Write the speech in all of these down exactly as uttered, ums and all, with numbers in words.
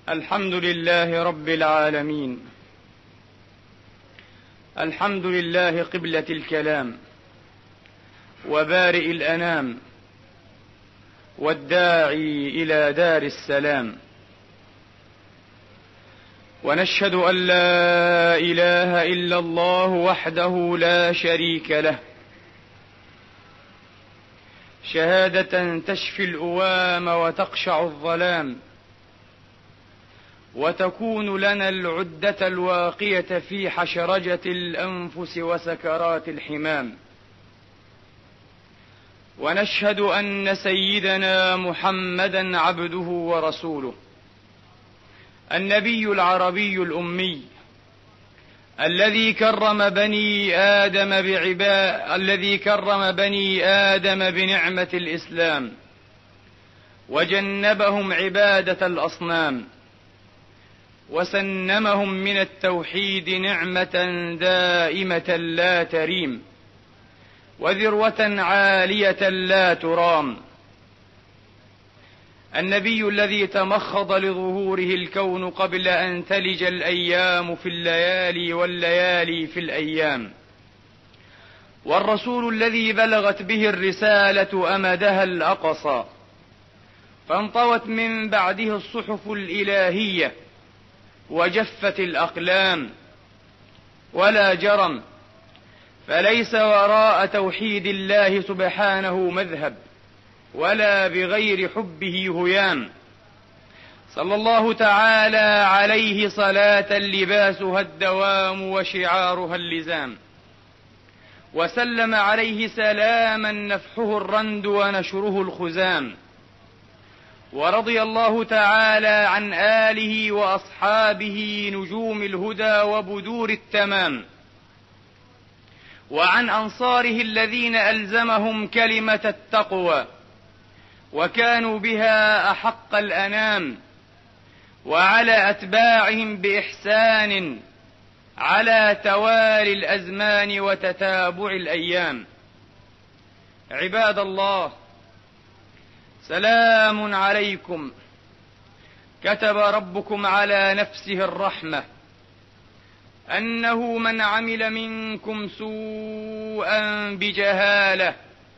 الحمد لله رب العالمين. الحمد لله قبلة الكلام وبارئ الأنام والداعي إلى دار السلام، ونشهد أن لا إله إلا الله وحده لا شريك له، شهادة تشفي الأوام وتقشع الظلام، وتكون لنا العدة الواقية في حشرجة الأنفس وسكرات الحمام. ونشهد أن سيدنا محمدا عبده ورسوله، النبي العربي الأمي الذي كرم بني آدم بعبا... الذي كرم بني آدم بنعمة الإسلام وجنبهم عبادة الأصنام، وسنمهم من التوحيد نعمة دائمة لا تريم، وذروة عالية لا ترام. النبي الذي تمخض لظهوره الكون قبل أن تلج الأيام في الليالي والليالي في الأيام، والرسول الذي بلغت به الرسالة أمدها الأقصى، فانطوت من بعده الصحف الإلهية وجفت الأقلام، ولا جرم، فليس وراء توحيد الله سبحانه مذهب، ولا بغير حبه هيام. صلى الله تعالى عليه صلاة لباسها الدوام وشعارها اللزام، وسلم عليه سلاما نفحه الرند ونشره الخزام. ورضي الله تعالى عن آله وأصحابه نجوم الهدى وبدور التمام، وعن أنصاره الذين ألزمهم كلمة التقوى وكانوا بها أحق الأنام، وعلى أتباعهم بإحسان على توالي الأزمان وتتابع الأيام. عباد الله، سلام عليكم. كتب ربكم على نفسه الرحمة أنه من عمل منكم سوءا بجهالة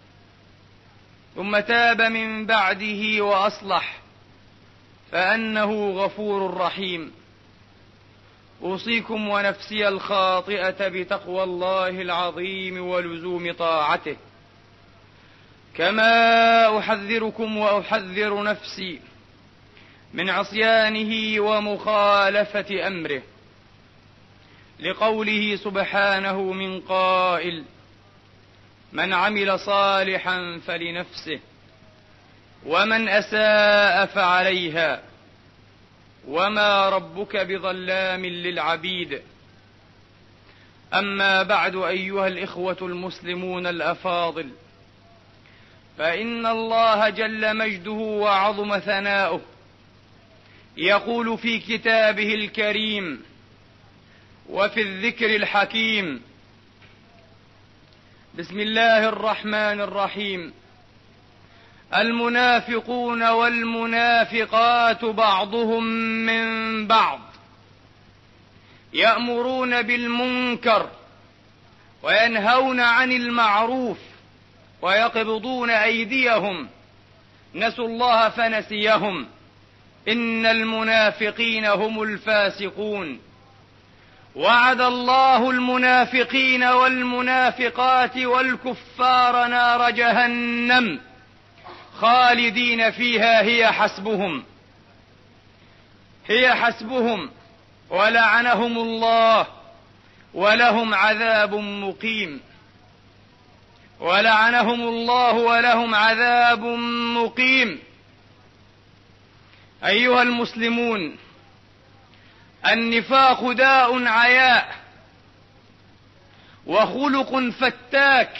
ثم تاب من بعده وأصلح فأنه غفور رحيم. أوصيكم ونفسي الخاطئة بتقوى الله العظيم ولزوم طاعته، كما أحذركم وأحذر نفسي من عصيانه ومخالفة أمره، لقوله سبحانه من قائل: من عمل صالحا فلنفسه ومن أساء فعليها وما ربك بظلام للعبيد. أما بعد، أيها الإخوة المسلمون الأفاضل، فإن الله جل مجده وعظم ثناؤه يقول في كتابه الكريم وفي الذكر الحكيم: بسم الله الرحمن الرحيم. المنافقون والمنافقات بعضهم من بعض يأمرون بالمنكر وينهون عن المعروف ويقبضون أيديهم، نسوا الله فنسيهم، إن المنافقين هم الفاسقون. وعد الله المنافقين والمنافقات والكفار نار جهنم خالدين فيها هي حسبهم هي حسبهم ولعنهم الله ولهم عذاب مقيم ولعنهم الله ولهم عذاب مقيم. أيها المسلمون، النفاق داء عياء وخلق فتاك،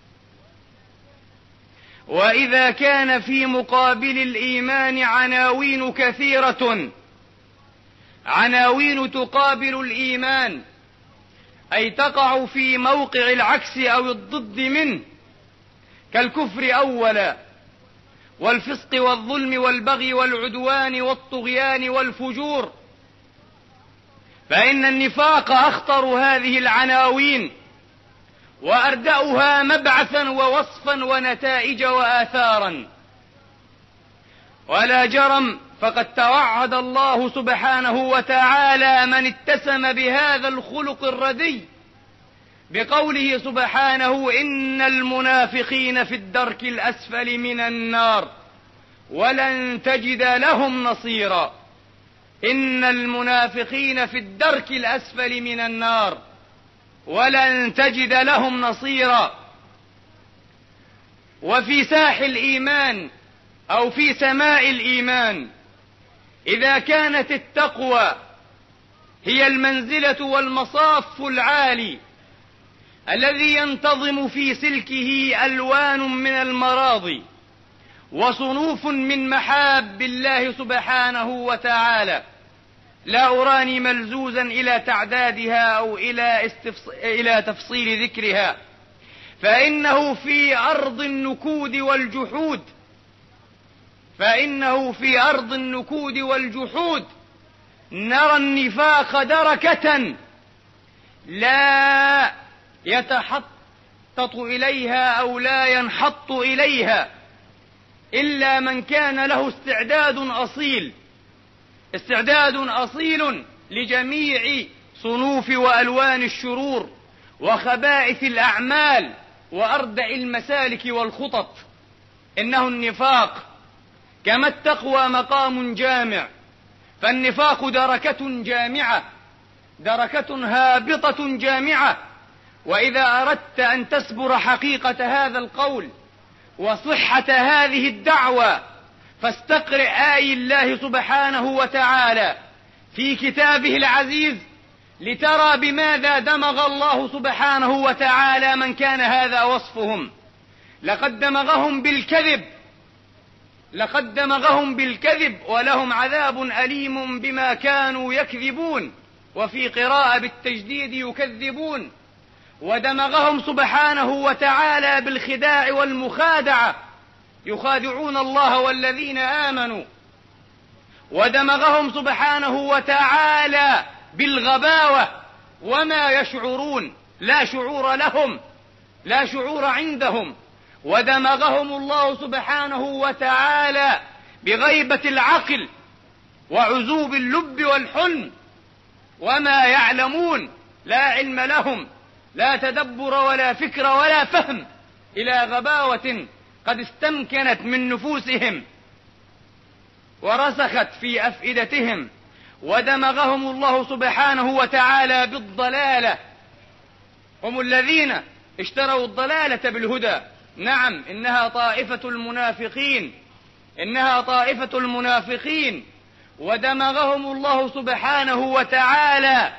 وإذا كان في مقابل الإيمان عناوين كثيرة، عناوين تقابل الإيمان أي تقع في موقع العكس أو الضد منه، كالكفر أولا والفسق والظلم والبغي والعدوان والطغيان والفجور، فإن النفاق أخطر هذه العناوين وأردأها مبعثا ووصفا ونتائج وآثارا. ولا جرم فقد توعد الله سبحانه وتعالى من اتسم بهذا الخلق الردي بقوله سبحانه: إن المنافقين في الدرك الأسفل من النار ولن تجد لهم نصيرا. إن المنافقين في الدرك الأسفل من النار ولن تجد لهم نصيرا. وفي ساح الإيمان أو في سماء الإيمان، إذا كانت التقوى هي المنزلة والمصاف العالي الذي ينتظم في سلكه ألوان من المراضي وصنوف من محاب الله سبحانه وتعالى، لا أراني ملزوزا إلى تعدادها أو إلى, استفص... إلى تفصيل ذكرها، فإنه في أرض النكود والجحود فإنه في أرض النكود والجحود نرى النفاق دركة لا يتحطط إليها أو لا ينحط إليها إلا من كان له استعداد أصيل استعداد أصيل لجميع صنوف وألوان الشرور وخبائث الأعمال وأردع المسالك والخطط. إنه النفاق كما التقوى مقام جامع، فالنفاق دركة جامعة، دركة هابطة جامعة. وإذا أردت أن تسبر حقيقة هذا القول وصحة هذه الدعوة فاستقرئ آي الله سبحانه وتعالى في كتابه العزيز لترى بماذا دمغ الله سبحانه وتعالى من كان هذا وصفهم. لقد دمغهم بالكذب لقد دمغهم بالكذب ولهم عذاب أليم بما كانوا يكذبون، وفي قراءة بالتجديد يكذبون. ودمغهم سبحانه وتعالى بالخداع والمخادعة، يخادعون الله والذين آمنوا. ودمغهم سبحانه وتعالى بالغباوة وما يشعرون، لا شعور لهم، لا شعور عندهم. ودمغهم الله سبحانه وتعالى بغيبة العقل وعزوب اللب والحلم، وما يعلمون، لا علم لهم، لا تدبر ولا فكر ولا فهم، إلى غباوة قد استمكنت من نفوسهم ورسخت في أفئدتهم. ودمغهم الله سبحانه وتعالى بالضلالة، هم الذين اشتروا الضلالة بالهدى. نعم، إنها طائفة المنافقين إنها طائفة المنافقين. ودمغهم الله سبحانه وتعالى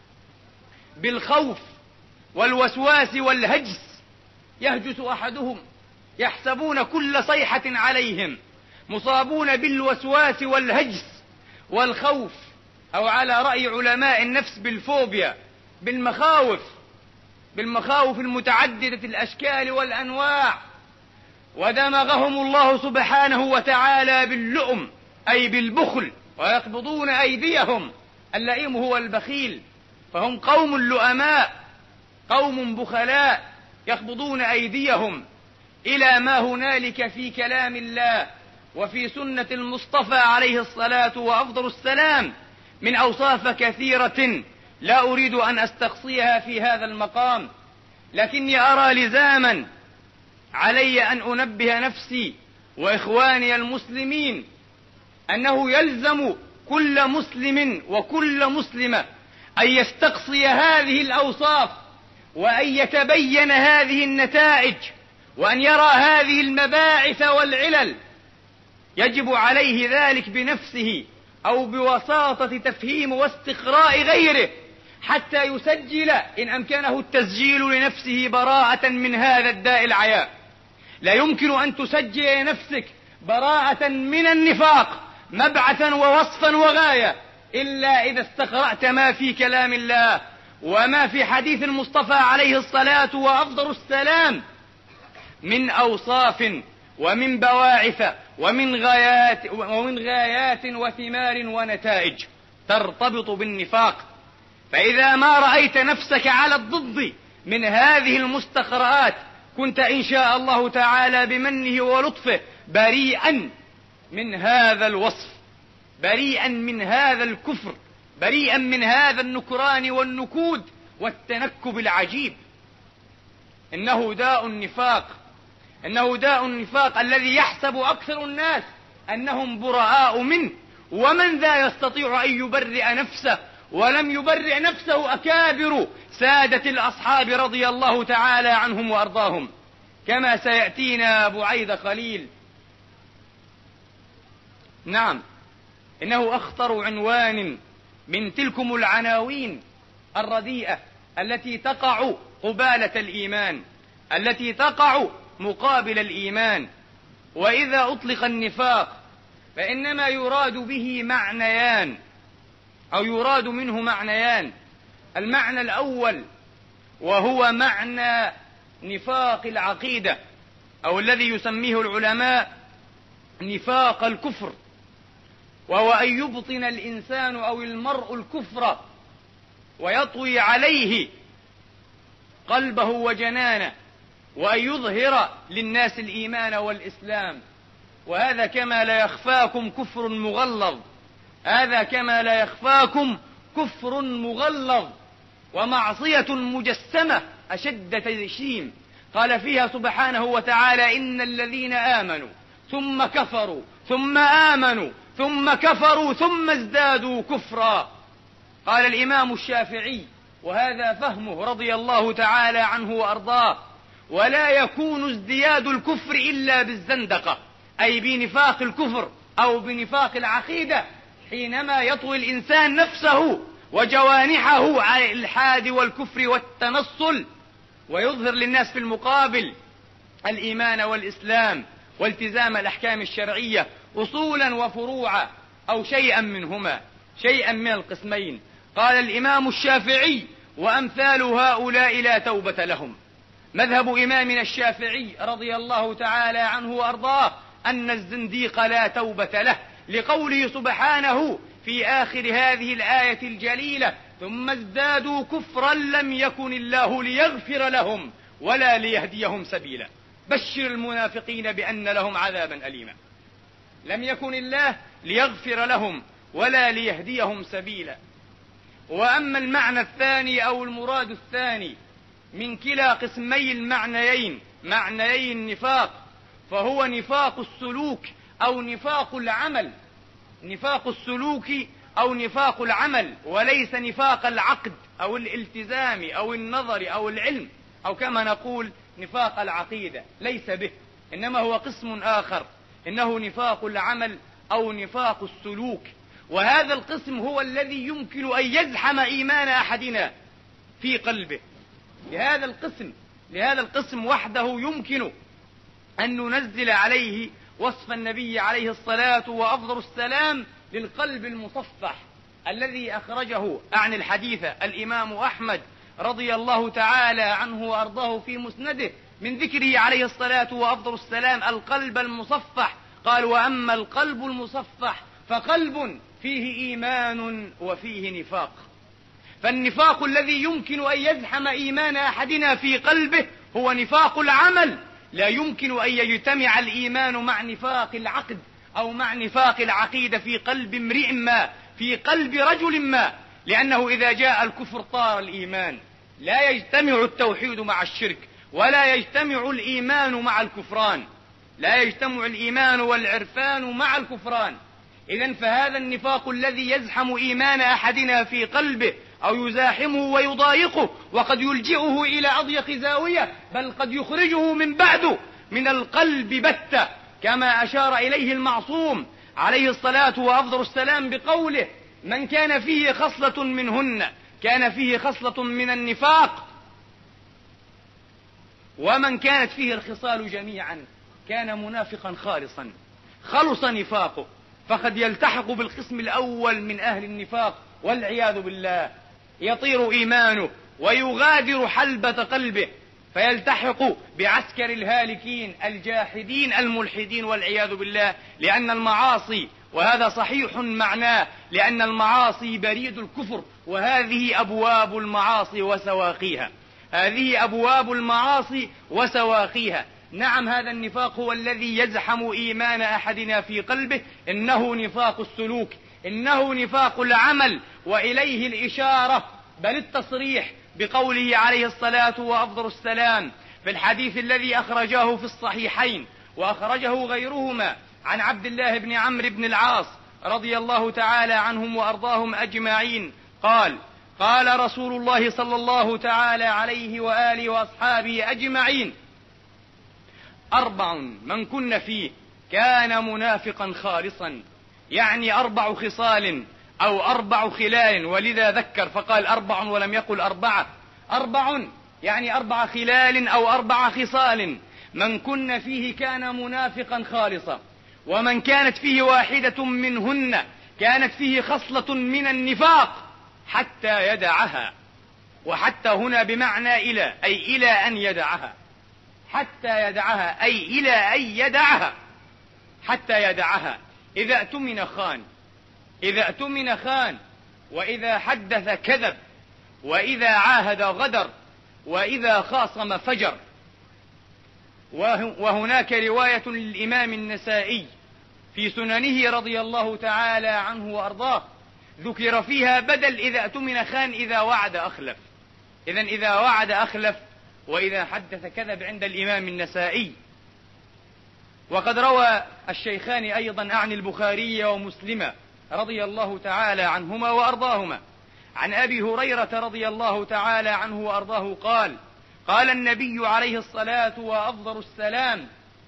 بالخوف والوسواس والهجس، يهجس أحدهم يحسبون كل صيحة عليهم، مصابون بالوسواس والهجس والخوف، أو على رأي علماء النفس بالفوبيا، بالمخاوف بالمخاوف المتعددة الأشكال والأنواع. ودمغهم الله سبحانه وتعالى باللؤم أي بالبخل، ويقبضون أيديهم، اللئيم هو البخيل، فهم قوم لؤماء، قوم بخلاء، يقبضون أيديهم إلى ما هنالك في كلام الله وفي سنة المصطفى عليه الصلاة وأفضل السلام من أوصاف كثيرة لا أريد أن أستقصيها في هذا المقام، لكني أرى لزاما علي أن أنبه نفسي وإخواني المسلمين أنه يلزم كل مسلم وكل مسلمة أن يستقصي هذه الأوصاف، وأن يتبين هذه النتائج، وأن يرى هذه المباعث والعلل. يجب عليه ذلك بنفسه أو بوساطة تفهيم واستقراء غيره، حتى يسجل إن أمكنه التسجيل لنفسه براءة من هذا الداء العياء. لا يمكن أن تسجل لنفسك براءة من النفاق مبعثا ووصفا وغاية إلا إذا استقرأت ما في كلام الله وما في حديث المصطفى عليه الصلاة وأفضل السلام من أوصاف ومن بواعث ومن غايات, ومن غايات وثمار ونتائج ترتبط بالنفاق. فإذا ما رأيت نفسك على الضد من هذه المستقرآت كنت إن شاء الله تعالى بمنه ولطفه بريئا من هذا الوصف، بريئا من هذا الكفر، بريئا من هذا النكران والنكود والتنكب العجيب. إنه داء النفاق، إنه داء النفاق الذي يحسب أكثر الناس أنهم براء منه، ومن ذا يستطيع أن يبرئ نفسه؟ ولم يبرئ نفسه أكابر سادة الأصحاب رضي الله تعالى عنهم وأرضاهم، كما سيأتينا بعيد خليل. نعم، إنه أخطر عنوان من تلكم العناوين الرديئة التي تقع قبالة الإيمان، التي تقع مقابل الإيمان. وإذا أطلق النفاق فإنما يراد به معنيان، أو يراد منه معنيان. المعنى الأول وهو معنى نفاق العقيدة، أو الذي يسميه العلماء نفاق الكفر، وهو أن يبطن الإنسان أو المرء الكفر ويطوي عليه قلبه وجنانه، وأن يظهر للناس الإيمان والإسلام. وهذا كما لا يخفاكم كفر مغلظ، هذا كما لا يخفاكم كفر مغلظ ومعصية مجسمة أشد تجسيم. قال فيها سبحانه وتعالى: إن الذين آمنوا ثم كفروا ثم آمنوا ثم كفروا ثم ازدادوا كفرا. قال الإمام الشافعي، وهذا فهمه رضي الله تعالى عنه وأرضاه: ولا يكون ازدياد الكفر إلا بالزندقة، أي بنفاق الكفر أو بنفاق العقيدة، حينما يطوي الإنسان نفسه وجوانحه على الإلحاد والكفر والتنصل، ويظهر للناس في المقابل الإيمان والإسلام والتزام الأحكام الشرعية أصولا وفروعا، أو شيئا منهما، شيئا من القسمين. قال الإمام الشافعي: وأمثال هؤلاء لا توبة لهم. مذهب إمامنا الشافعي رضي الله تعالى عنه وأرضاه أن الزنديق لا توبة له، لقوله سبحانه في آخر هذه الآية الجليلة: ثم ازدادوا كفرا لم يكن الله ليغفر لهم ولا ليهديهم سبيلا. بشر المنافقين بأن لهم عذابا أليما. لم يكن الله ليغفر لهم ولا ليهديهم سبيلا. وأما المعنى الثاني أو المراد الثاني من كلا قسمي المعنيين، معنيي النفاق، فهو نفاق السلوك أو نفاق العمل، نفاق السلوك أو نفاق العمل، وليس نفاق العقد أو الالتزام أو النظر أو العلم، أو كما نقول نفاق العقيدة، ليس به، إنما هو قسم آخر، إنه نفاق العمل أو نفاق السلوك. وهذا القسم هو الذي يمكن أن يزحم إيمان أحدنا في قلبه. لهذا القسم لهذا القسم وحده يمكن أن ننزل عليه وصف النبي عليه الصلاة وأفضل السلام للقلب المصفح، الذي أخرجه عن الحديث الإمام أحمد رضي الله تعالى عنه وأرضاه في مسنده من ذكره عليه الصلاة وأفضل السلام القلب المصفح. قال: وأما القلب المصفح فقلب فيه إيمان وفيه نفاق. فالنفاق الذي يمكن أن يزحم إيمان أحدنا في قلبه هو نفاق العمل. لا يمكن أن يجتمع الإيمان مع نفاق العقد أو مع نفاق العقيدة في قلب امرئ ما، في قلب رجل ما، لأنه إذا جاء الكفر طار الإيمان. لا يجتمع التوحيد مع الشرك، ولا يجتمع الإيمان مع الكفران، لا يجتمع الإيمان والعرفان مع الكفران. إذن فهذا النفاق الذي يزحم إيمان أحدنا في قلبه أو يزاحمه ويضايقه، وقد يلجئه إلى أضيق زاوية، بل قد يخرجه من بعده من القلب بتة، كما أشار إليه المعصوم عليه الصلاة وأفضل السلام بقوله: من كان فيه خصلة منهن كان فيه خصلة من النفاق، ومن كانت فيه الخصال جميعا كان منافقا خالصا. خلص نفاقه، فقد يلتحق بالقسم الأول من أهل النفاق والعياذ بالله، يطير إيمانه ويغادر حلبة قلبه، فيلتحق بعسكر الهالكين الجاحدين الملحدين والعياذ بالله، لأن المعاصي، وهذا صحيح معناه، لأن المعاصي بريد الكفر، وهذه أبواب المعاصي وسواقيها، هذه أبواب المعاصي وسواقيها. نعم، هذا النفاق هو الذي يزحم إيمان أحدنا في قلبه، إنه نفاق السلوك، إنه نفاق العمل، وإليه الإشارة بل التصريح بقوله عليه الصلاة وأفضل السلام في الحديث الذي أخرجاه في الصحيحين وأخرجه غيرهما عن عبد الله بن عمرو بن العاص رضي الله تعالى عنهم وأرضاهم أجمعين قال: قال رسول الله صلى الله تعالى عليه وآله وأصحابه أجمعين: أربع من كن فيه كان منافقا خالصا، يعني أربع خصال أو أربع خلال، ولذا ذكر فقال أربع ولم يقل أربعة. أربع يعني أربع خلال أو أربع خصال، من كن فيه كان منافقا خالصا، ومن كانت فيه واحدة منهن كانت فيه خصلة من النفاق حتى يدعها. وحتى هنا بمعنى إلى، أي إلى أن يدعها، حتى يدعها أي إلى أن يدعها، حتى يدعها. إذا اؤتمن خان، إذا اؤتمن خان، وإذا حدث كذب، وإذا عاهد غدر، وإذا خاصم فجر. وهناك رواية للإمام النسائي في سننه رضي الله تعالى عنه وأرضاه ذكر فيها بدل إذا اؤتمن خان إذا وعد أخلف. إذن إذا وعد أخلف، وإذا حدث كذب عند الإمام النسائي. وقد روى الشيخان أيضا عن البخاري ومسلم رضي الله تعالى عنهما وأرضاهما عن أبي هريرة رضي الله تعالى عنه وأرضاه قال: قال النبي عليه الصلاة وأفضل السلام: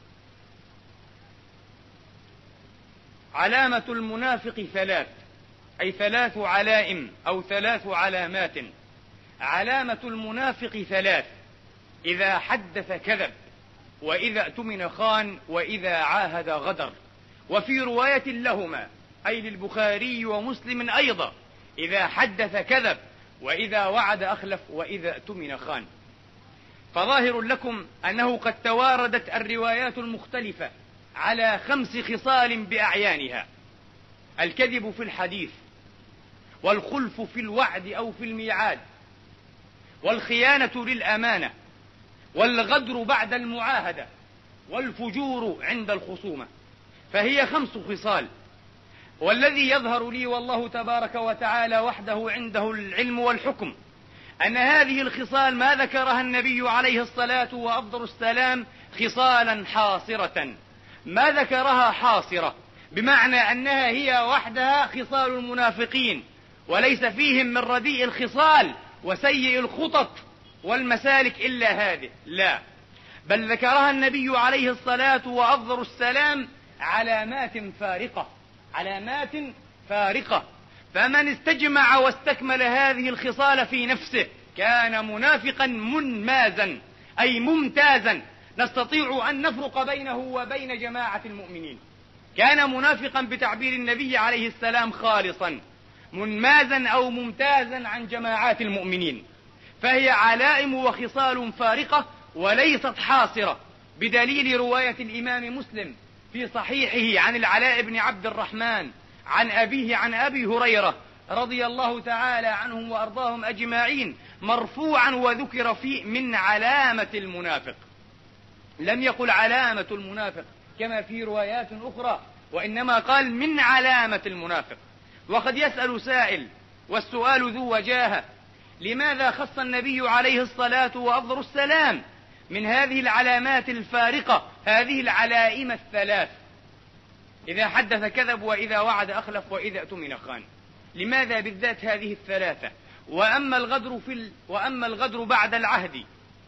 علامة المنافق ثلاث، أي ثلاث علائم أو ثلاث علامات. علامة المنافق ثلاث: إذا حدث كذب، وإذا اؤتمن خان، وإذا عاهد غدر. وفي رواية لهما أي للبخاري ومسلم أيضا: إذا حدث كذب، وإذا وعد أخلف، وإذا اؤتمن خان. فظاهر لكم أنه قد تواردت الروايات المختلفة على خمس خصال بأعيانها: الكذب في الحديث، والخلف في الوعد أو في الميعاد، والخيانة للأمانة، والغدر بعد المعاهدة، والفجور عند الخصومة. فهي خمس خصال، والذي يظهر لي والله تبارك وتعالى وحده عنده العلم والحكم أن هذه الخصال ما ذكرها النبي عليه الصلاة وأفضل السلام خصالا حاصرة، ما ذكرها حاصرة بمعنى أنها هي وحدها خصال المنافقين، وليس فيهم من رديء الخصال وسيء الخطط والمسالك إلا هذه، لا، بل ذكرها النبي عليه الصلاة وأفضل السلام علامات فارقة، علامات فارقة. فمن استجمع واستكمل هذه الخصال في نفسه كان منافقا منمازا، أي ممتازا، نستطيع أن نفرق بينه وبين جماعة المؤمنين. كان منافقا بتعبير النبي عليه السلام خالصا، منمازا أو ممتازا عن جماعات المؤمنين. فهي علائم وخصال فارقة وليست حاصرة، بدليل رواية الإمام مسلم في صحيحه عن العلاء بن عبد الرحمن عن أبيه عن أبي هريرة رضي الله تعالى عنهم وأرضاهم أجمعين مرفوعا، وذكر فيه من علامة المنافق، لم يقل علامة المنافق كما في روايات أخرى، وإنما قال من علامة المنافق. وقد يسأل سائل، والسؤال ذو وجاهة: لماذا خص النبي عليه الصلاة وأفضل السلام من هذه العلامات الفارقة هذه العلائم الثلاث؟ إذا حدث كذب، وإذا وعد أخلف، وإذا اؤتمن خان. لماذا بالذات هذه الثلاثة؟ وأما الغدر في ال... وأما الغدر بعد العهد،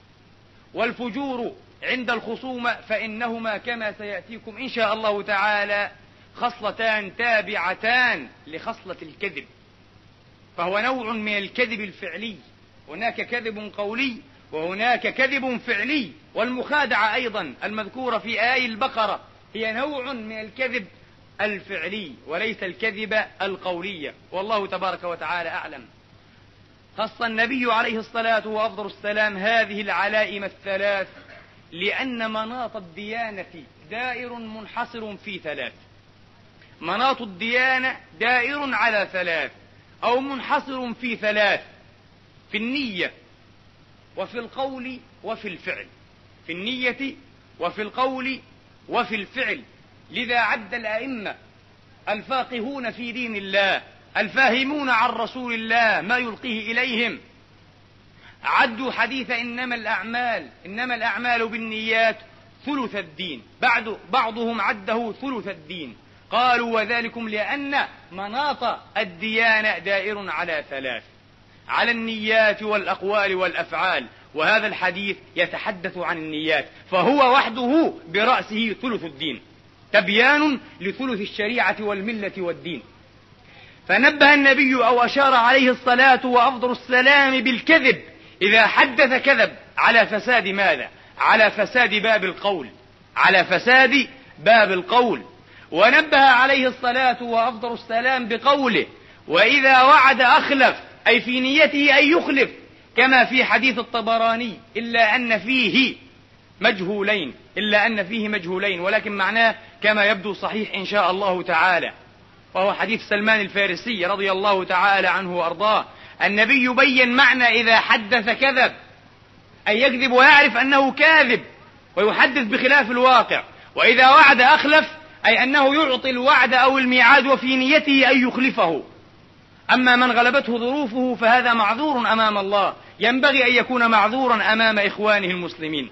والفجور عند الخصومة، فإنهما كما سيأتيكم إن شاء الله تعالى خصلتان تابعتان لخصلة الكذب. فهو نوع من الكذب الفعلي، هناك كذب قولي وهناك كذب فعلي. والمخادعة أيضا المذكورة في آي البقرة هي نوع من الكذب الفعلي وليس الكذب القولي، والله تبارك وتعالى أعلم. خص النبي عليه الصلاة وأفضل السلام هذه العلائم الثلاث لأن مناط الديانة دائر منحصر في ثلاث. مناط الديانة دائر على ثلاث أو منحصر في ثلاث: في النية وفي القول وفي الفعل. في النية وفي القول وفي الفعل. لذا عد الأئمة الفاقهون في دين الله الفاهمون عن رسول الله ما يلقيه إليهم عدوا حديث إنما الأعمال إنما الأعمال بالنيات ثلث الدين. بعد بعضهم عده ثلث الدين. قالوا وذلكم لأن مناط الديانة دائر على ثلاث: على النيات والأقوال والأفعال. وهذا الحديث يتحدث عن النيات، فهو وحده برأسه ثلث الدين، تبيان لثلث الشريعة والملة والدين. فنبه النبي أو أشار عليه الصلاة وأفضل السلام بالكذب. إذا حدث كذب على فساد ماذا؟ على فساد باب القول، على فساد باب القول. ونبه عليه الصلاة وأفضل السلام بقوله: وإذا وعد أخلف، أي في نيته أن يخلف، كما في حديث الطبراني، إلا أن فيه مجهولين إلا أن فيه مجهولين ولكن معناه كما يبدو صحيح إن شاء الله تعالى، وهو حديث سلمان الفارسي رضي الله تعالى عنه وأرضاه. النبي بين معنى إذا حدث كذب، أي يكذب ويعرف أنه كاذب ويحدث بخلاف الواقع. وإذا وعد أخلف، أي أنه يعطي الوعد أو الميعاد وفي نيته أن يخلفه. أما من غلبته ظروفه فهذا معذور أمام الله، ينبغي أن يكون معذورا أمام إخوانه المسلمين.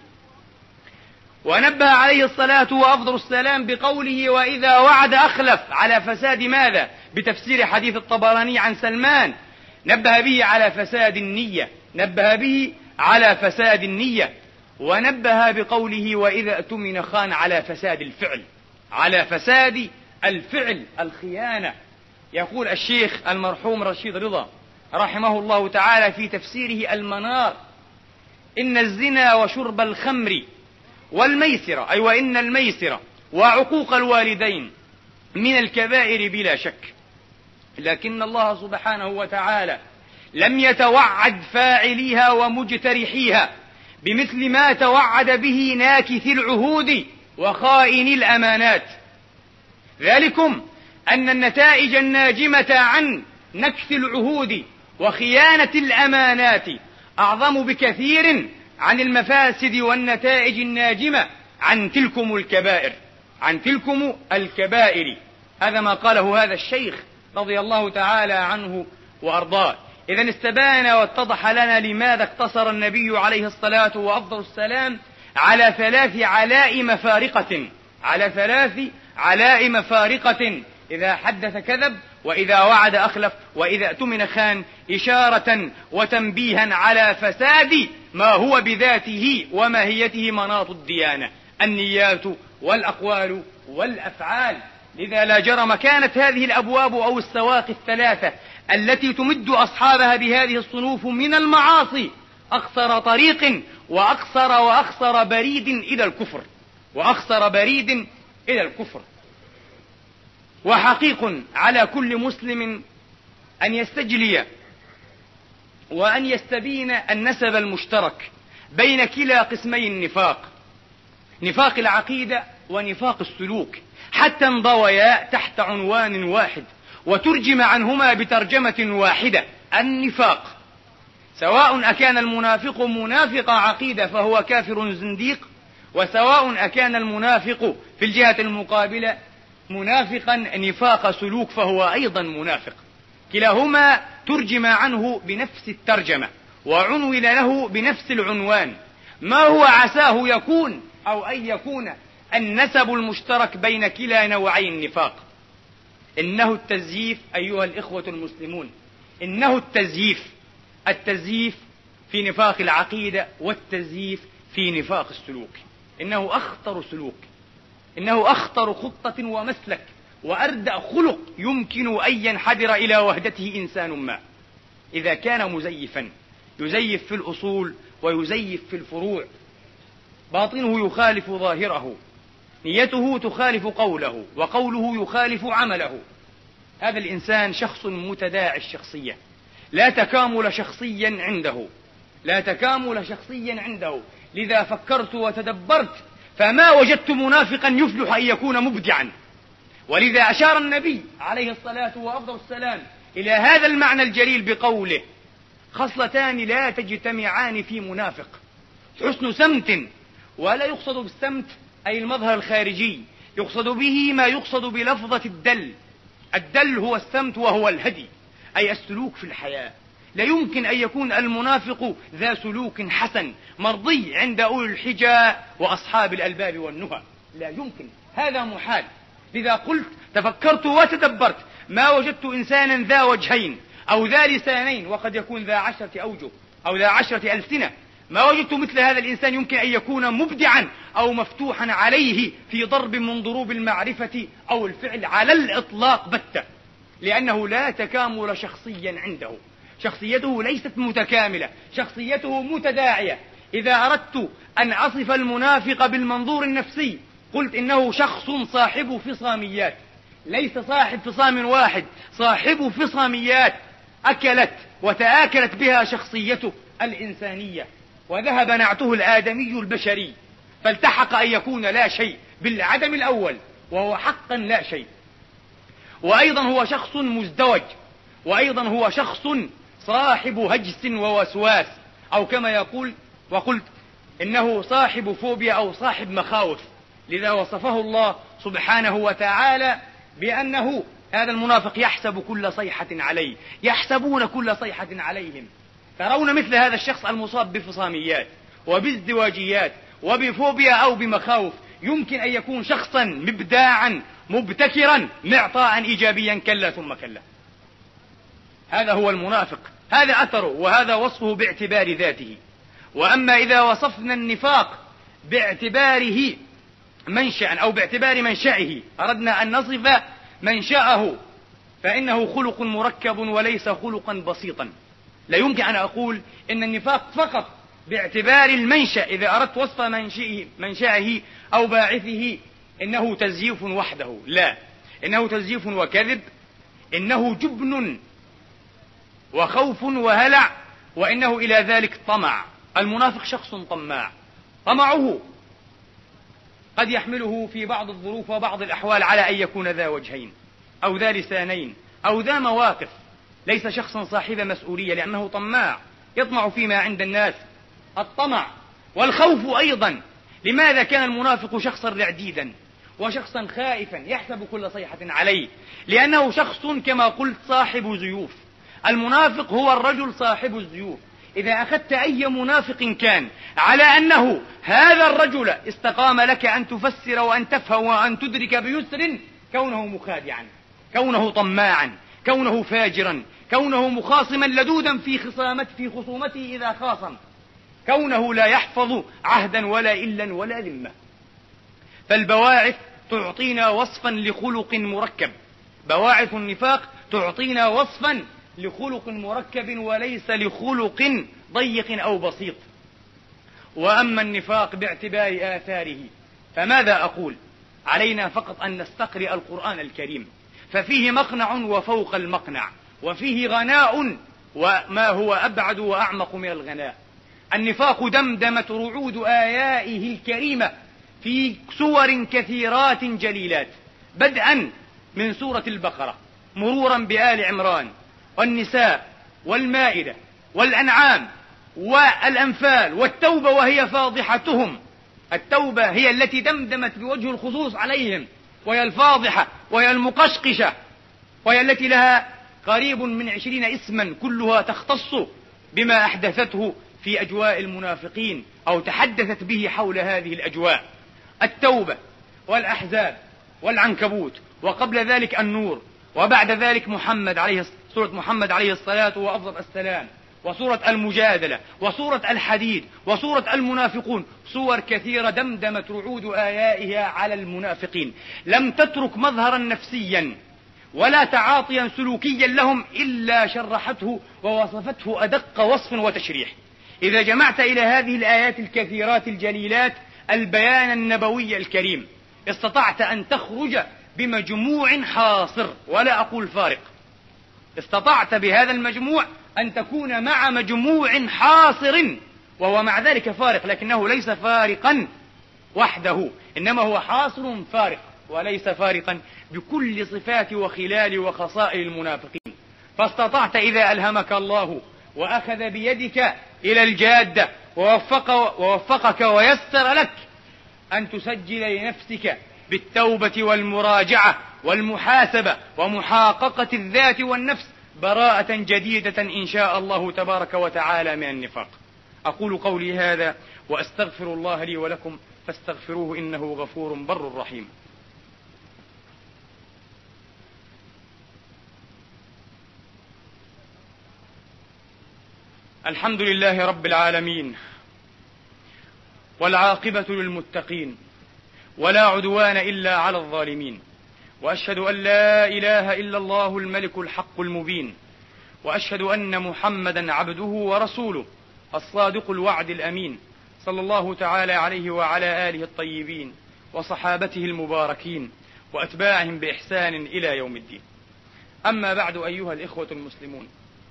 ونبه عليه الصلاة وأفضل السلام بقوله: وإذا وعد أخلف، على فساد ماذا؟ بتفسير حديث الطبراني عن سلمان، نبه به على فساد النية، نبه به على فساد النية. ونبه بقوله: وإذا اؤتمن خان، على فساد الفعل، على فساد الفعل، الخيانة. يقول الشيخ المرحوم رشيد رضا رحمه الله تعالى في تفسيره المنار: إن الزنا وشرب الخمر والميسر، أي وإن الميسر وعقوق الوالدين من الكبائر بلا شك، لكن الله سبحانه وتعالى لم يتوعد فاعليها ومجترحيها بمثل ما توعد به ناكث العهود وخائن الأمانات. ذلكم أن النتائج الناجمة عن نكث العهود وخيانة الأمانات أعظم بكثير عن المفاسد والنتائج الناجمة عن تلكم الكبائر، عن تلكم الكبائر. هذا ما قاله هذا الشيخ رضي الله تعالى عنه وأرضاه. إذن استبان واتضح لنا لماذا اقتصر النبي عليه الصلاة وأفضل السلام على ثلاث علائم فارقة، على ثلاث علائم فارقة: إذا حدث كذب، وإذا وعد أخلف، وإذا اؤتمن خان، إشارة وتنبيها على فساد ما هو بذاته وماهيته مناط الديانة: النيات والأقوال والأفعال. لذا لا جرم كانت هذه الأبواب أو السواق الثلاثة التي تمد أصحابها بهذه الصنوف من المعاصي أقصر طريق وأقصر وأقصر بريد إلى الكفر، وأقصر بريد إلى الكفر. وحقيق على كل مسلم أن يستجلي وأن يستبين النسب المشترك بين كلا قسمي النفاق، نفاق العقيدة ونفاق السلوك، حتى انضويا تحت عنوان واحد وترجم عنهما بترجمة واحدة: النفاق. سواء أكان المنافق منافق عقيدة فهو كافر زنديق، وسواء أكان المنافق في الجهة المقابلة منافقا نفاق سلوك فهو أيضا منافق. كلاهما ترجم عنه بنفس الترجمة وعنون له بنفس العنوان. ما هو عساه يكون أو أن يكون النسب المشترك بين كلا نوعي النفاق؟ إنه التزييف أيها الإخوة المسلمون، إنه التزييف، التزييف في نفاق العقيدة والتزييف في نفاق السلوك. إنه أخطر سلوك، إنه أخطر خطة ومسلك وأردأ خلق يمكن أن ينحدر إلى وهدته إنسان ما. إذا كان مزيفا يزيف في الأصول ويزيف في الفروع، باطنه يخالف ظاهره، نيته تخالف قوله، وقوله يخالف عمله. هذا الإنسان شخص متداعي الشخصية، لا تكامل شخصيا عنده، لا تكامل شخصيا عنده. لذا فكرت وتدبرت فما وجدت منافقا يفلح أن يكون مبدعا. ولذا أشار النبي عليه الصلاة وأفضل السلام إلى هذا المعنى الجليل بقوله: خصلتان لا تجتمعان في منافق، حسن سمت. ولا يقصد بالسمت أي المظهر الخارجي، يقصد به ما يقصد بلفظة الدل. الدل هو السمت وهو الهدي، أي السلوك في الحياة. لا يمكن أن يكون المنافق ذا سلوك حسن مرضي عند أولي الحجى وأصحاب الألباب والنهى، لا يمكن، هذا محال. لذا قلت تفكرت وتدبرت ما وجدت إنسانا ذا وجهين أو ذا لسانين، وقد يكون ذا عشرة أوجه أو ذا عشرة ألسنة، ما وجدت مثل هذا الإنسان يمكن أن يكون مبدعا أو مفتوحا عليه في ضرب من ضروب المعرفة أو الفعل على الإطلاق بتة، لأنه لا تكامل شخصيا عنده. شخصيته ليست متكاملة، شخصيته متداعية. إذا أردت أن أصف المنافق بالمنظور النفسي قلت إنه شخص صاحب فصاميات، ليس صاحب فصام واحد، صاحب فصاميات أكلت وتآكلت بها شخصيته الإنسانية، وذهب نعته الآدمي البشري، فالتحق أن يكون لا شيء بالعدم الأول، وهو حقا لا شيء. وأيضا هو شخص مزدوج، وأيضا هو شخص صاحب هجس ووسواس، أو كما يقول وقلت إنه صاحب فوبيا أو صاحب مخاوف. لذا وصفه الله سبحانه وتعالى بأنه هذا المنافق يحسب كل صيحة عليه، يحسبون كل صيحة عليهم. ترون مثل هذا الشخص المصاب بفصاميات وبازدواجيات وبفوبيا أو بمخاوف يمكن أن يكون شخصا مبداعا مبتكرا معطاء إيجابيا، كلا ثم كلا. هذا هو المنافق، هذا أثره وهذا وصفه باعتبار ذاته. وأما إذا وصفنا النفاق باعتباره منشأ أو باعتبار منشأه، أردنا أن نصف منشأه، فإنه خلق مركب وليس خلقا بسيطا. لا يمكن أن أقول إن النفاق فقط باعتبار المنشأ، إذا أردت وصف منشئه منشأه أو باعثه إنه تزييف وحده، لا، إنه تزييف وكذب، إنه جبن وخوف وهلع، وإنه إلى ذلك طمع. المنافق شخص طماع، طمعه قد يحمله في بعض الظروف وبعض الأحوال على أن يكون ذا وجهين أو ذا لسانين أو ذا مواقف. ليس شخصا صاحب مسؤولية لأنه طماع، يطمع فيما عند الناس. الطمع والخوف أيضا. لماذا كان المنافق شخصا رعديدا وشخصا خائفا يحسب كل صيحة عليه؟ لأنه شخص كما قلت صاحب زيوف. المنافق هو الرجل صاحب الزيوف. إذا أخذت أي منافق كان على أنه هذا الرجل استقام لك أن تفسر وأن تفهم وأن تدرك بيسر كونه مخادعا، كونه طماعا، كونه فاجرا، كونه مخاصما لدودا في خصامته في خصومته إذا خاصم، كونه لا يحفظ عهدا ولا إلا ولا ذمة. فالبواعث تعطينا وصفا لخلق مركب، بواعث النفاق تعطينا وصفا لخلق مركب وليس لخلق ضيق أو بسيط. وأما النفاق باعتبار آثاره فماذا أقول؟ علينا فقط أن نستقرئ القرآن الكريم، ففيه مقنع وفوق المقنع، وفيه غناء وما هو أبعد وأعمق من الغناء. النفاق دمدمت رعود آيائه الكريمة في سور كثيرات جليلات، بدءا من سورة البقرة مرورا بآل عمران والنساء والمائدة والأنعام والأنفال والتوبة، وهي فاضحتهم. التوبة هي التي دمدمت بوجه الخصوص عليهم، وهي الفاضحة وهي المقشقشة، وهي التي لها قريب من عشرين اسما كلها تختص بما أحدثته في أجواء المنافقين أو تحدثت به حول هذه الأجواء. التوبة والأحزاب والعنكبوت، وقبل ذلك النور، وبعد ذلك محمد عليه سورة محمد عليه الصلاة وأفضل السلام، وسورة المجادلة، وسورة الحديد، وسورة المنافقون. سور كثيرة دمدمت رعود آيائها على المنافقين، لم تترك مظهرا نفسيا ولا تعاطيا سلوكيا لهم إلا شرحته ووصفته أدق وصف وتشريح. إذا جمعت إلى هذه الآيات الكثيرات الجليلات البيان النبوي الكريم استطعت أن تخرج بمجموع حاصر، ولا أقول فارق، استطعت بهذا المجموع أن تكون مع مجموع حاصر وهو مع ذلك فارق، لكنه ليس فارقا وحده، إنما هو حاصر فارق وليس فارقا بكل صفات وخلال وخصائل المنافقين. فاستطعت إذا ألهمك الله وأخذ بيدك إلى الجادة ووفق ووفقك ويسر لك أن تسجل لنفسك بالتوبة والمراجعة والمحاسبة ومحاققة الذات والنفس براءة جديدة إن شاء الله تبارك وتعالى من النفاق. أقول قولي هذا وأستغفر الله لي ولكم فاستغفروه إنه غفور بر رحيم. الحمد لله رب العالمين، والعاقبة للمتقين، ولا عدوان إلا على الظالمين، وأشهد أن لا إله إلا الله الملك الحق المبين، وأشهد أن محمدا عبده ورسوله الصادق الوعد الأمين، صلى الله تعالى عليه وعلى آله الطيبين وصحابته المباركين وأتباعهم بإحسان إلى يوم الدين. أما بعد أيها الإخوة المسلمون،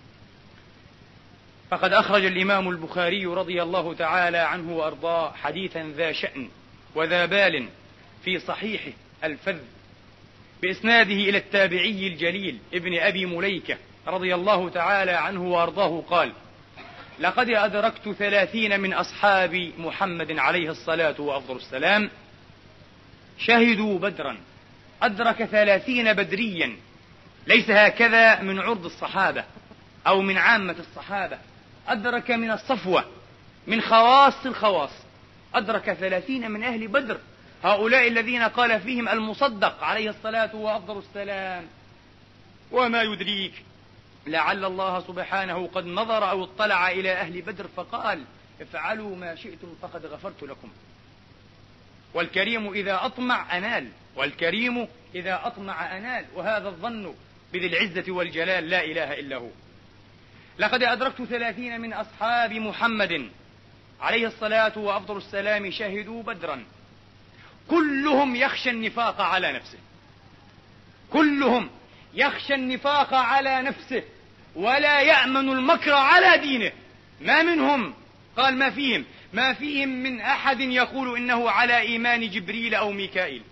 فقد أخرج الإمام البخاري رضي الله تعالى عنه وأرضاه حديثا ذا شأن وذا بال في صحيحه الفذ بإسناده إلى التابعي الجليل ابن أبي مليكة رضي الله تعالى عنه وأرضاه قال: لقد أدركت ثلاثين من أصحاب محمد عليه الصلاة وأفضل السلام شهدوا بدرا. أدرك ثلاثين بدريا، ليس هكذا من عرض الصحابة أو من عامة الصحابة، أدرك من الصفوة من خواص الخواص، أدرك ثلاثين من أهل بدر، هؤلاء الذين قال فيهم المصدق عليه الصلاة وأفضل السلام: وما يدريك لعل الله سبحانه قد نظر أو اطلع إلى أهل بدر فقال: افعلوا ما شئتم فقد غفرت لكم. والكريم إذا أطمع أنال، والكريم إذا أطمع أنال، وهذا الظن بذي العزة والجلال لا إله إلا هو. لقد أدركت ثلاثين من أصحاب محمد عليه الصلاة وأفضل السلام شهدوا بدرا، كلهم يخشى النفاق على نفسه، كلهم يخشى النفاق على نفسه ولا يأمن المكر على دينه. ما منهم، قال ما فيهم ما فيهم من أحد يقول إنه على إيمان جبريل أو ميكائيل،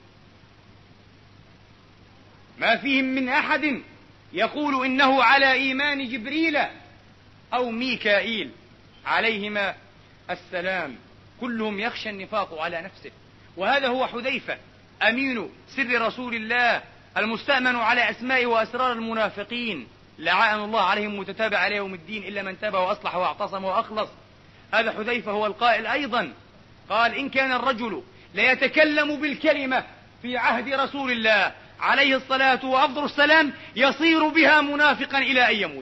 ما فيهم من أحد يقول إنه على إيمان جبريل أو ميكائيل عليهما السلام، كلهم يخشى النفاق على نفسه. وهذا هو حذيفة أمين سر رسول الله المستأمن على أسماء وأسرار المنافقين، لعان الله عليهم متتابع على يوم الدين إلا من تاب وأصلح واعتصم وأخلص. هذا حذيفة هو القائل أيضا، قال: إن كان الرجل ليتكلم بالكلمة في عهد رسول الله عليه الصلاة وأفضل السلام يصير بها منافقا إلى أن يموت.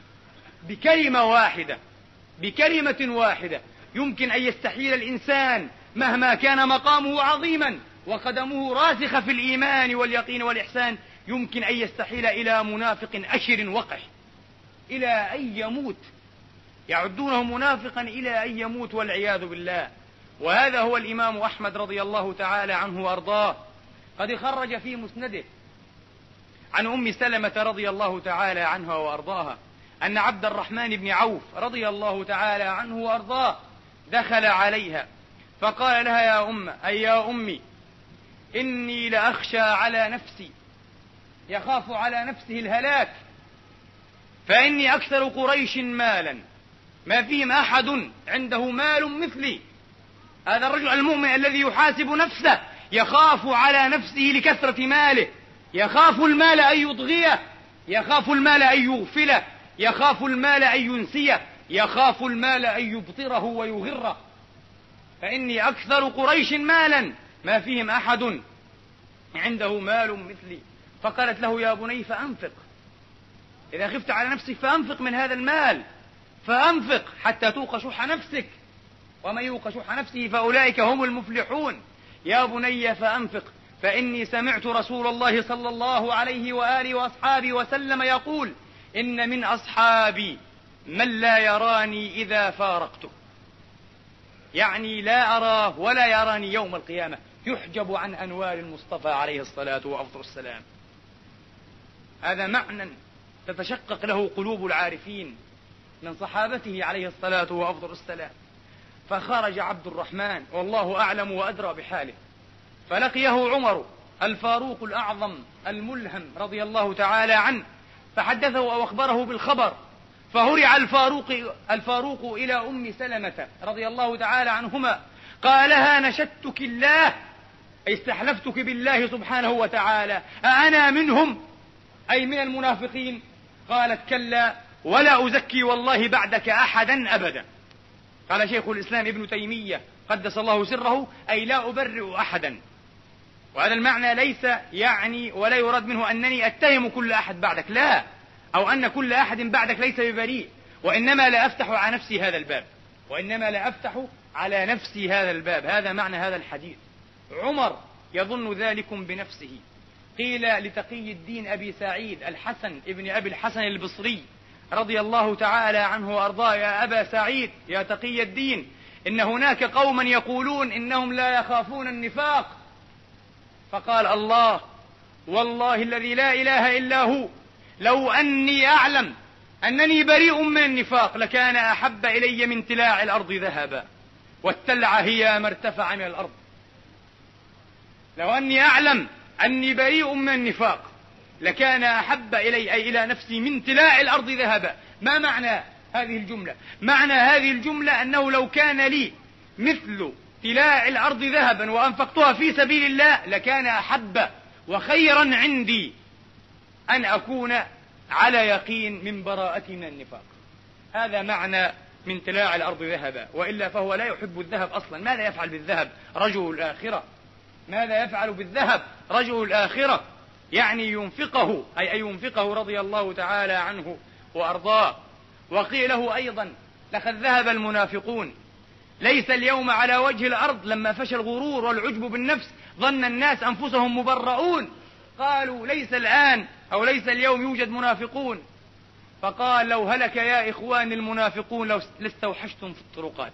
بكلمة واحدة، بكلمة واحدة يمكن أن يستحيل الإنسان مهما كان مقامه عظيما وقدمه راسخة في الإيمان واليقين والإحسان، يمكن أن يستحيل إلى منافق أشر وقح إلى أن يموت، يعدونه منافقا إلى أن يموت والعياذ بالله. وهذا هو الإمام أحمد رضي الله تعالى عنه وأرضاه، قد خرج في مسنده عن أم سلمة رضي الله تعالى عنها وأرضاها أن عبد الرحمن بن عوف رضي الله تعالى عنه وأرضاه دخل عليها فقال لها: يا أم أي يا أمي، إني لأخشى على نفسي، يخاف على نفسه الهلاك، فإني أكثر قريش مالا، ما فيهم أحد عنده مال مثلي. هذا الرجل المؤمن الذي يحاسب نفسه يخاف على نفسه لكثرة ماله، يخاف المال أن يطغيه، يخاف المال أن يغفله، يخاف المال أن ينسيه، يخاف المال أن يبطره ويغره. فإني أكثر قريش مالا، ما فيهم أحد عنده مال مثلي. فقالت له: يا بني فأنفق، إذا خفت على نفسك فأنفق من هذا المال، فأنفق حتى توق شح نفسك، ومن يوق شح نفسه فأولئك هم المفلحون. يا بني فأنفق، فإني سمعت رسول الله صلى الله عليه وآله وأصحابه وسلم يقول: إن من أصحابي من لا يراني إذا فارقته، يعني لا أراه ولا يراني يوم القيامة، يحجب عن أنوار المصطفى عليه الصلاة وأفضل السلام. هذا معنى تتشقق له قلوب العارفين من صحابته عليه الصلاة وأفضل السلام. فخرج عبد الرحمن والله أعلم وأدرى بحاله، فلقيه عمر الفاروق الأعظم الملهم رضي الله تعالى عنه، فحدثه أو أخبره بالخبر، فهرع الفاروق, الفاروق إلى أم سلمة رضي الله تعالى عنهما، قالها نشدتك الله، استحلفتك بالله سبحانه وتعالى، أأنا منهم أي من المنافقين؟ قالت كلا ولا أزكي والله بعدك أحدا أبدا. قال شيخ الإسلام ابن تيمية قدس الله سره أي لا أبرئ أحدا، وهذا المعنى ليس يعني ولا يراد منه أنني أتهم كل أحد بعدك، لا، أو أن كل أحد بعدك ليس ببريء، وإنما لا أفتح على نفسي هذا الباب، وإنما لا أفتح على نفسي هذا الباب. هذا معنى هذا الحديث. عمر يظن ذلكم بنفسه. قيل لتقي الدين أبي سعيد الحسن ابن أبي الحسن البصري رضي الله تعالى عنه وأرضاه: يا أبا سعيد يا تقي الدين، إن هناك قوما يقولون إنهم لا يخافون النفاق. فقال: الله والله الذي لا إله إلا هو، لو أني أعلم أنني بريء من النفاق لكان أحب إلي من تلاع الأرض ذهبا، والتلع هي ما ارتفع من الأرض. لو أني أعلم أني بريء من النفاق لكان أحب إلي أي إلى نفسي من تلاع الأرض ذهبا. ما معنى هذه الجملة؟ معنى هذه الجملة أنه لو كان لي مثل تلاع الأرض ذهبا وأنفقتها في سبيل الله لكان أحب وخيرا عندي أن أكون على يقين من براءتي من النفاق. هذا معنى من تلاع الأرض ذهبا، وإلا فهو لا يحب الذهب أصلا. ماذا يفعل بالذهب رجل الآخرة؟ ماذا يفعل بالذهب رجل الآخرة؟ يعني ينفقه، أي أن ينفقه رضي الله تعالى عنه وأرضاه. وقيل له أيضا: لقد ذهب المنافقون، ليس اليوم على وجه الأرض. لما فشى الغرور والعجب بالنفس ظن الناس أنفسهم مبرؤون، قالوا ليس الآن أو ليس اليوم يوجد منافقون. فقال: لو هلك يا إخوان المنافقون لو لاستوحشتم في الطرقات.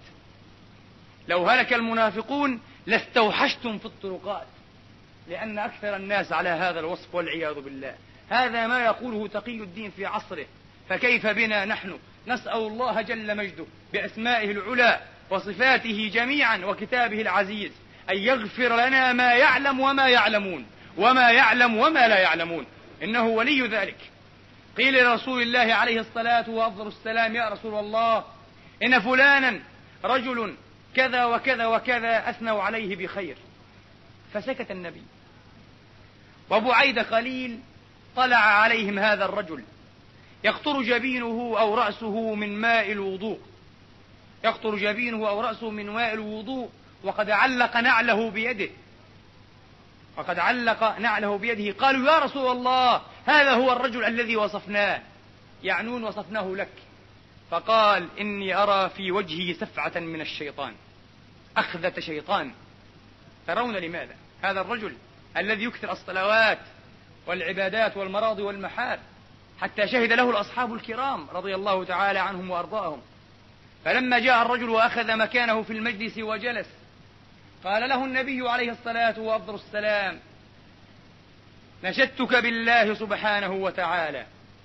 لو هلك المنافقون لاستوحشتم في الطرقات، لأن أكثر الناس على هذا الوصف والعياذ بالله. هذا ما يقوله تقي الدين في عصره، فكيف بنا نحن؟ نسأل الله جل مجده بأسمائه العلى وصفاته جميعا وكتابه العزيز أن يغفر لنا ما يعلم وما يعلمون وما يعلم وما لا يعلمون، إنه ولي ذلك. قيل لرسول الله عليه الصلاة وأفضل السلام: يا رسول الله، إن فلانا رجل كذا وكذا وكذا أثنوا عليه بخير. فسكت النبي، وبعيد قليل طلع عليهم هذا الرجل يقطر جبينه أو رأسه من ماء الوضوء، يقطر جبينه أو رأسه من ماء الوضوء، وقد علق نعله بيده، وقد علق نعله بيده. قالوا: يا رسول الله، هذا هو الرجل الذي وصفناه، يعنون وصفناه لك. فقال: إني أرى في وجهه سفعة من الشيطان، أخذة شيطان. ترون لماذا؟ هذا الرجل الذي يكثر الصلوات والعبادات والمراضي والمحاب، حتى شهد له الأصحاب الكرام رضي الله تعالى عنهم وأرضاهم. فلما جاء الرجل وأخذ مكانه في المجلس وجلس، قال له النبي عليه الصلاة وأفضل السلام: نشدتك بالله سبحانه وتعالى،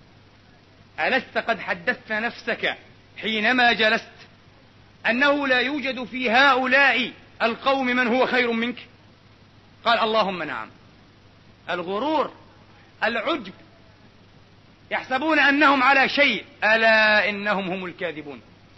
ألست قد حدثت نفسك حينما جلست أنه لا يوجد في هؤلاء القوم من هو خير منك؟ قال: اللهم نعم. الغرور، العجب، يحسبون أنهم على شيء، ألا إنهم هم الكاذبون.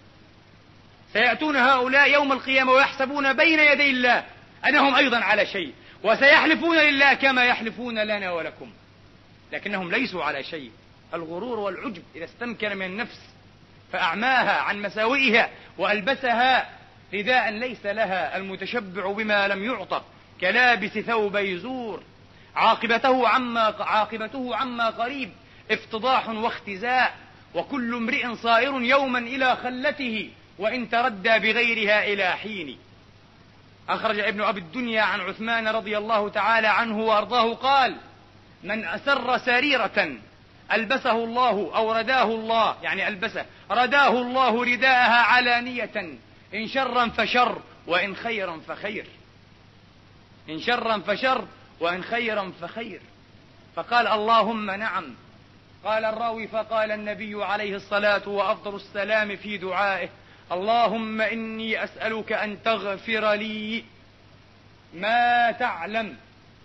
سيأتون هؤلاء يوم القيامة ويحسبون بين يدي الله أنهم أيضا على شيء، وسيحلفون لله كما يحلفون لنا ولكم، لكنهم ليسوا على شيء. الغرور والعجب إذا استمكن من النفس فأعماها عن مساوئها وألبسها رداء ليس لها، المتشبع بما لم يعطى كلابس ثوبي زور، عاقبته عما, عاقبته عما قريب افتضاح واختزاء، وكل امرئ صائر يوما إلى خلته وإن تردى بغيرها إلى حين. أخرج ابن أبي الدنيا عن عثمان رضي الله تعالى عنه وأرضاه قال: من أسر سريرة ألبسه الله أو رداه الله، يعني ألبسه رداه الله رداءها علانية، إن شرا فشر وإن خيرا فخير، إن شرا فشر وإن خيرا فخير. فقال: اللهم نعم، قال الراوي: فقال النبي عليه الصلاة وأفضل السلام في دعائه: اللهم إني أسألك أن تغفر لي ما تعلم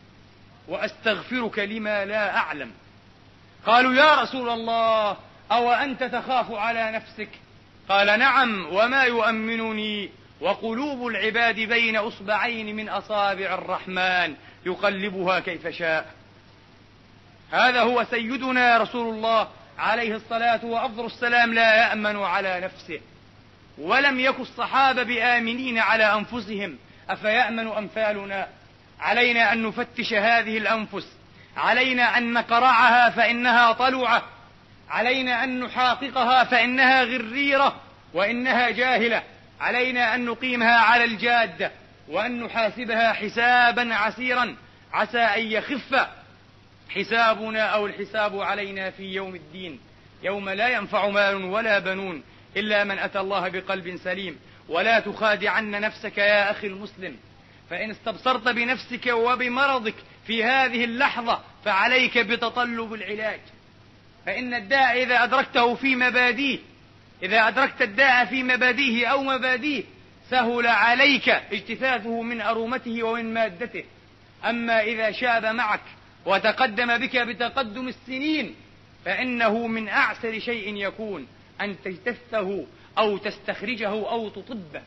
وأستغفرك لما لا أعلم. قالوا: يا رسول الله، أو أنت تخاف على نفسك؟ قال: نعم، وما يؤمنني وقلوب العباد بين أصبعين من أصابع الرحمن يقلبها كيف شاء. هذا هو سيدنا رسول الله عليه الصلاة وأفضل السلام، لا يأمن على نفسه. ولم يكن الصحابة بآمنين على أنفسهم، أفيأمن أمثالنا؟ علينا أن نفتش هذه الأنفس، علينا أن نقرعها فإنها طلعة، علينا أن نحاققها فإنها غريرة وإنها جاهلة، علينا أن نقيمها على الجادة وأن نحاسبها حسابا عسيرا، عسى أن يخف حسابنا أو الحساب علينا في يوم الدين، يوم لا ينفع مال ولا بنون إلا من أتى الله بقلب سليم. ولا تخادعن نفسك يا أخي المسلم، فإن استبصرت بنفسك وبمرضك في هذه اللحظة فعليك بتطلب العلاج، فإن الداء إذا أدركته في مباديه، إذا أدركت الداء في مباديه أو مباديه سهل عليك اجتثاثه من أرومته ومن مادته. أما إذا شاب معك وتقدم بك بتقدم السنين فإنه من أعسر شيء يكون أن تجتثه أو تستخرجه أو تطبه،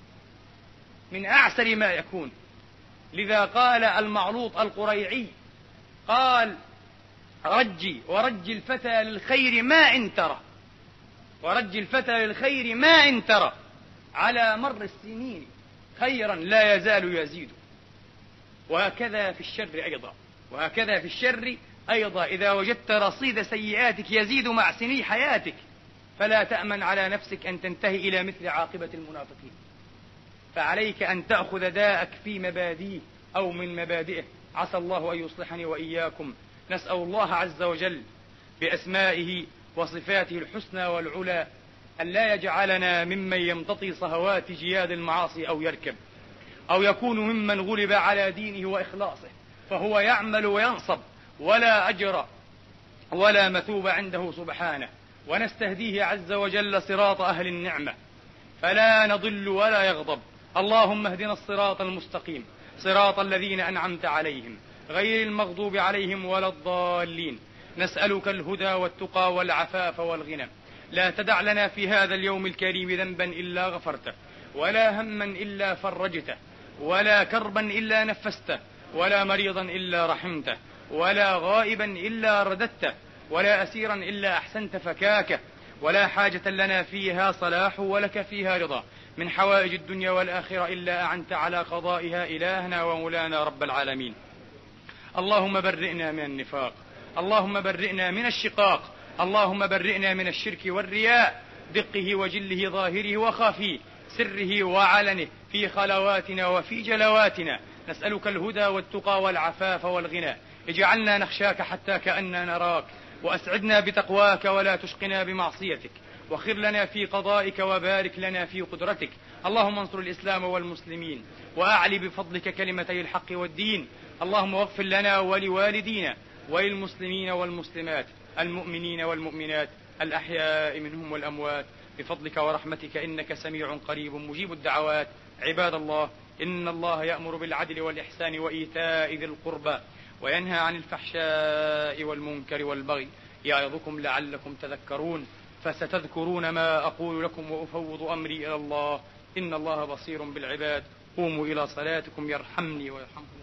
من أعسر ما يكون. لذا قال المعلوط القريعي، قال: رجي ورجي الفتى للخير ما إن ترى، ورجي الفتى للخير ما إن ترى، على مر السنين خيرا لا يزال يزيد. وهكذا في الشر أيضا، وهكذا في الشر أيضا، إذا وجدت رصيد سيئاتك يزيد مع سني حياتك فلا تأمن على نفسك أن تنتهي إلى مثل عاقبة المنافقين. فعليك أن تأخذ داءك في مبادئه أو من مبادئه. عسى الله أن يصلحني وإياكم. نسأل الله عز وجل بأسمائه وصفاته الحسنى والعلى أن لا يجعلنا ممن يمتطي صهوات جياد المعاصي أو يركب، أو يكون ممن غلب على دينه وإخلاصه فهو يعمل وينصب ولا أجر ولا مثوب عنده سبحانه. ونستهديه عز وجل صراط أهل النعمة فلا نضل ولا يغضب. اللهم اهدنا الصراط المستقيم، صراط الذين أنعمت عليهم غير المغضوب عليهم ولا الضالين. نسألك الهدى والتقى والعفاف والغنى. لا تدع لنا في هذا اليوم الكريم ذنبا إلا غفرته، ولا هما إلا فرجته، ولا كربا إلا نفسته، ولا مريضا إلا رحمته، ولا غائبا إلا رددته، ولا أسيرا إلا أحسنت فكاكه، ولا حاجة لنا فيها صلاح ولك فيها رضا من حوائج الدنيا والآخرة إلا أعنت على قضائها إلهنا ومولانا رب العالمين. اللهم برئنا من النفاق، اللهم برئنا من الشقاق، اللهم برئنا من الشرك والرياء، دقه وجله ظاهره وخافيه، سره وعلنه، في خلواتنا وفي جلواتنا. نسألك الهدى والتقى والعفاف والغنى. اجعلنا نخشاك حتى كأننا نراك، وأسعدنا بتقواك ولا تشقنا بمعصيتك، وخر لنا في قضائك وبارك لنا في قدرتك. اللهم انصر الإسلام والمسلمين، وأعلي بفضلك كلمتي الحق والدين. اللهم واغفر لنا ولوالدينا وللمسلمين والمسلمات، المؤمنين والمؤمنات، الأحياء منهم والأموات، بفضلك ورحمتك إنك سميع قريب مجيب الدعوات. عباد الله، إن الله يأمر بالعدل والإحسان وإيتاء ذي القربى وينهى عن الفحشاء والمنكر والبغي يعظكم لعلكم تذكرون. فستذكرون ما أقول لكم وأفوض أمري إلى الله، إن الله بصير بالعباد. قوموا إلى صلاتكم يرحمني ويرحمكم.